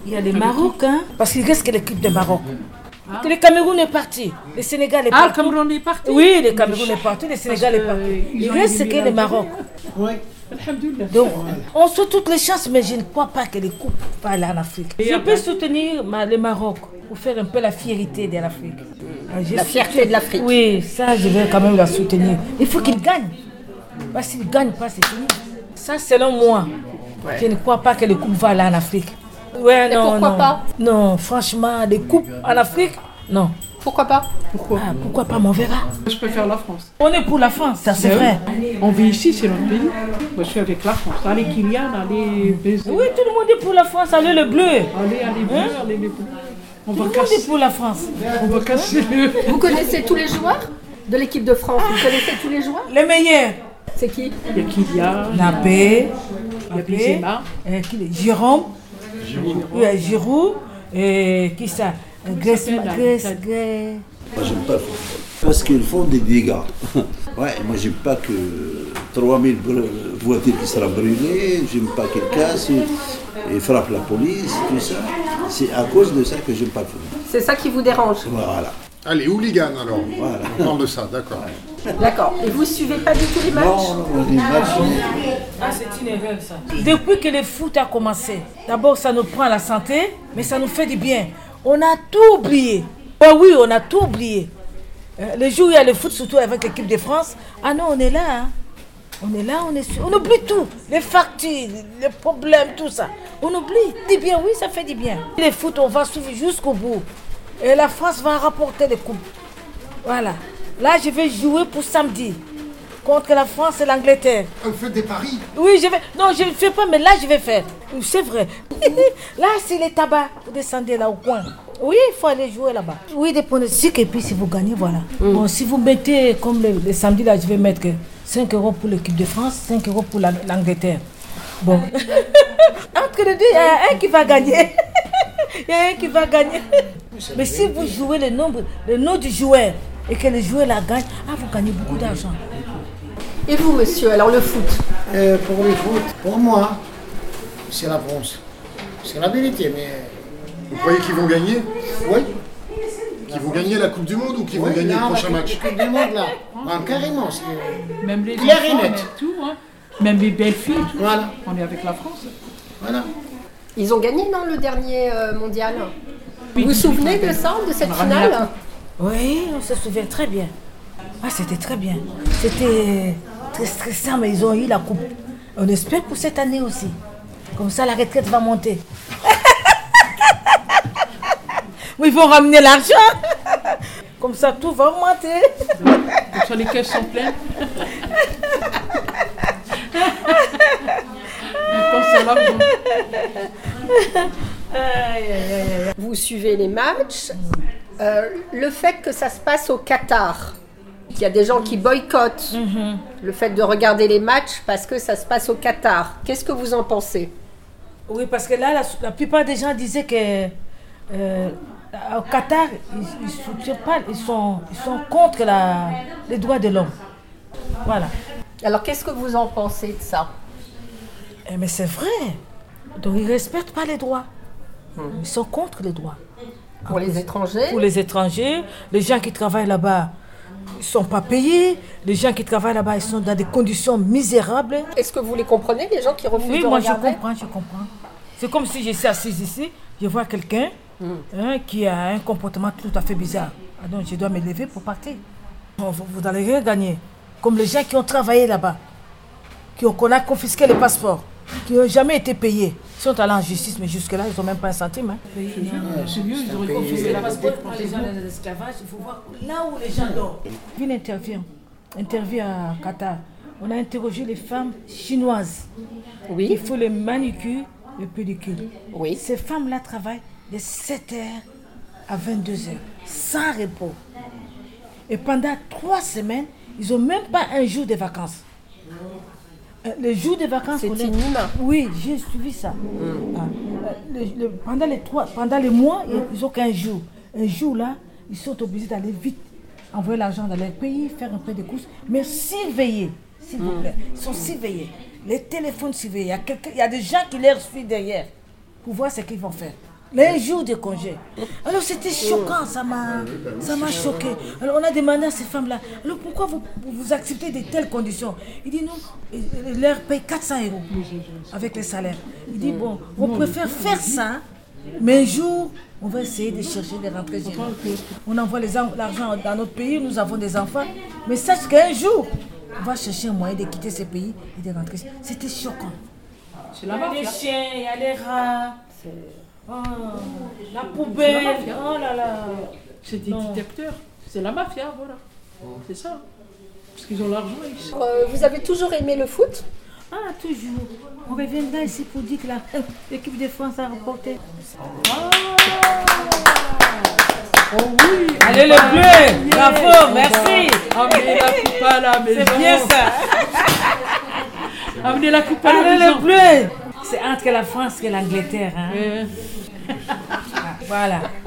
Il y a le Maroc, hein, parce qu'il reste que l'équipe de Maroc. Que le Cameroun est parti, le Sénégal est parti. Ah, le Cameroun est parti. Oui, le Cameroun est parti, le Sénégal est parti. Il reste que le Maroc. Oui. Donc, on souhaite toutes les chances, mais je ne crois pas que les coupes vont aller en Afrique. Je peux soutenir le Maroc pour faire un peu la fierté de l'Afrique. La fierté de l'Afrique. Oui, ça, je vais quand même la soutenir. Il faut qu'il gagne. Parce qu'il ne gagne pas, c'est fini. Ça, selon moi, je ne crois pas que les coupes vont aller en Afrique. Ouais, et pourquoi pas? Non, franchement, les coupes en Afrique, non. Pourquoi pas? Pourquoi pas, mais on verra. Je préfère la France. On est pour la France, ça c'est vrai. On vit ici, c'est notre pays. Moi, je suis avec la France. Allez Kylian, allez Benzema. Oui, tout le monde est pour la France, allez le bleu. Allez bleu, allez les bleus. Tout le monde est pour la France. On va casser le... Vous connaissez tous les joueurs de l'équipe de France? Vous connaissez tous les joueurs? Les meilleurs. C'est qui? Il y a Kylian, Nappé, il y a Benzema. Jérôme, Giroud, et qui ça? Grèce. Moi, j'aime pas le football. Parce qu'ils font des dégâts. Ouais, moi, j'aime pas que 3000 voitures qui seront brûlées, j'aime pas qu'ils cassent et frappent la police, tout ça. C'est à cause de ça que j'aime pas le football. C'est ça qui vous dérange? Voilà. Allez, hooligan alors. Voilà. On parle de ça, d'accord. D'accord. Et vous suivez pas du tout les matchs? Non, les matchs. Ah, c'est une erreur ça. Depuis que le foot a commencé, d'abord ça nous prend la santé, mais ça nous fait du bien. On a tout oublié. Oh oui, on a tout oublié. Le jour où il y a le foot, surtout avec l'équipe de France, ah non, on est là. Hein. On est là, on oublie tout. Les factures, les problèmes, tout ça. On oublie. Dis bien, oui, ça fait du bien. Le foot, on va suivre jusqu'au bout. Et la France va rapporter les coupes. Voilà. Là, je vais jouer pour samedi. Contre la France et l'Angleterre. Vous faites des paris? Oui, je vais. Non, je ne fais pas, mais là, je vais faire. C'est vrai. Là, c'est les tabacs. Vous descendez là au coin. Oui, il faut aller jouer là-bas. Oui, des pronostics, et puis si vous gagnez, voilà. Bon, si vous mettez, comme le samedi, là, je vais mettre 5 € pour l'équipe de France, 5 € pour l'Angleterre. Bon. Entre les deux, il y a un qui va gagner. Il y a un qui va gagner. Mais si vous jouez le nom du joueur et que le joueur la gagne, vous gagnez beaucoup d'argent. Et vous, monsieur, alors le foot? Pour le foot, pour moi, c'est la France. C'est la vérité, mais... Vous croyez qu'ils vont gagner? Oui. Qu'ils vont gagner la Coupe du Monde ou qu'ils vont gagner le prochain match? La Coupe du Monde, là. Carrément, c'est... Même les clair et enfants, net. même tout, hein. Même les belles filles, tout. Voilà. On est avec la France. Voilà. Ils ont gagné, non, le dernier mondial? Vous vous souvenez de ça, de cette finale? Oui, on se souvient très bien. Ah, c'était très bien. C'était très stressant, mais ils ont eu la coupe. On espère pour cette année aussi. Comme ça, la retraite va monter. Mais ils vont ramener l'argent. Comme ça, tout va augmenter. Comme ça, les caisses sont pleines. Vous suivez les matchs. Le fait que ça se passe au Qatar, il y a des gens qui boycottent le fait de regarder les matchs parce que ça se passe au Qatar. Qu'est-ce que vous en pensez? Oui, parce que là, la plupart des gens disaient que au Qatar, ils soutiennent pas, ils sont contre les droits de l'homme. Voilà. Alors, qu'est-ce que vous en pensez de ça? Mais c'est vrai. Donc, ils ne respectent pas les droits. Ils sont contre les droits. Pour les étrangers? Pour les étrangers. Les gens qui travaillent là-bas, ils ne sont pas payés. Les gens qui travaillent là-bas, ils sont dans des conditions misérables. Est-ce que vous les comprenez, les gens qui refusent de regarder? Oui, moi, je comprends. C'est comme si je suis assise ici, je vois quelqu'un qui a un comportement tout à fait bizarre. Donc, je dois me lever pour partir. Vous n'allez rien gagner. Comme les gens qui ont travaillé là-bas, qu'on a confisqué les passeports, qui n'ont jamais été payés. Ils sont allés en justice, mais jusque-là, ils n'ont même pas un centime. Hein. C'est mieux, ils auraient confisqué les passeports pour les gens dans l'esclavage. Il faut voir là où les gens dorment. Une interview à Qatar. On a interrogé les femmes chinoises qui font les manicures et le pédicure. Oui. Ces femmes-là travaillent de 7h à 22h, sans repos. Et pendant 3 semaines, ils n'ont même pas un jour de vacances. Les jours de vacances... C'est inhumain. Oui, j'ai suivi ça. Pendant les mois, ils n'ont qu'un jour. Un jour là, ils sont obligés d'aller vite, envoyer l'argent dans leur pays, faire un peu de courses, mais surveiller, s'il vous plaît. Ils sont surveillés. Les téléphones surveillés. Il y a des gens qui les suivent derrière pour voir ce qu'ils vont faire. Mais un jour de congé. Alors c'était choquant, ça m'a choqué. Alors on a demandé à ces femmes-là, alors pourquoi vous acceptez de telles conditions? Il dit non, ils leur payent 400 € avec les salaires. Il dit bon, on préfère faire ça, mais un jour, on va essayer de chercher des rentrées générales. On envoie l'argent dans notre pays, nous avons des enfants, mais sache qu'un jour, on va chercher un moyen de quitter ce pays et de rentrer. C'était choquant. C'est la mafia. Il y a des chiens, il y a des rats. Oh, la poubelle. Oh là là. C'est des dictateurs. C'est la mafia, voilà. C'est ça. Parce qu'ils ont l'argent. Vous avez toujours aimé le foot? Ah, toujours. On reviendra ici pour dire que l'équipe de France a remporté. Oh oui. Allez le bleu. Bravo, merci. Amenez la coupe à la maison. C'est bien ça. Amenez la coupe à la Allez maison. le bleu. C'est entre la France et l'Angleterre. Hein? Voilà.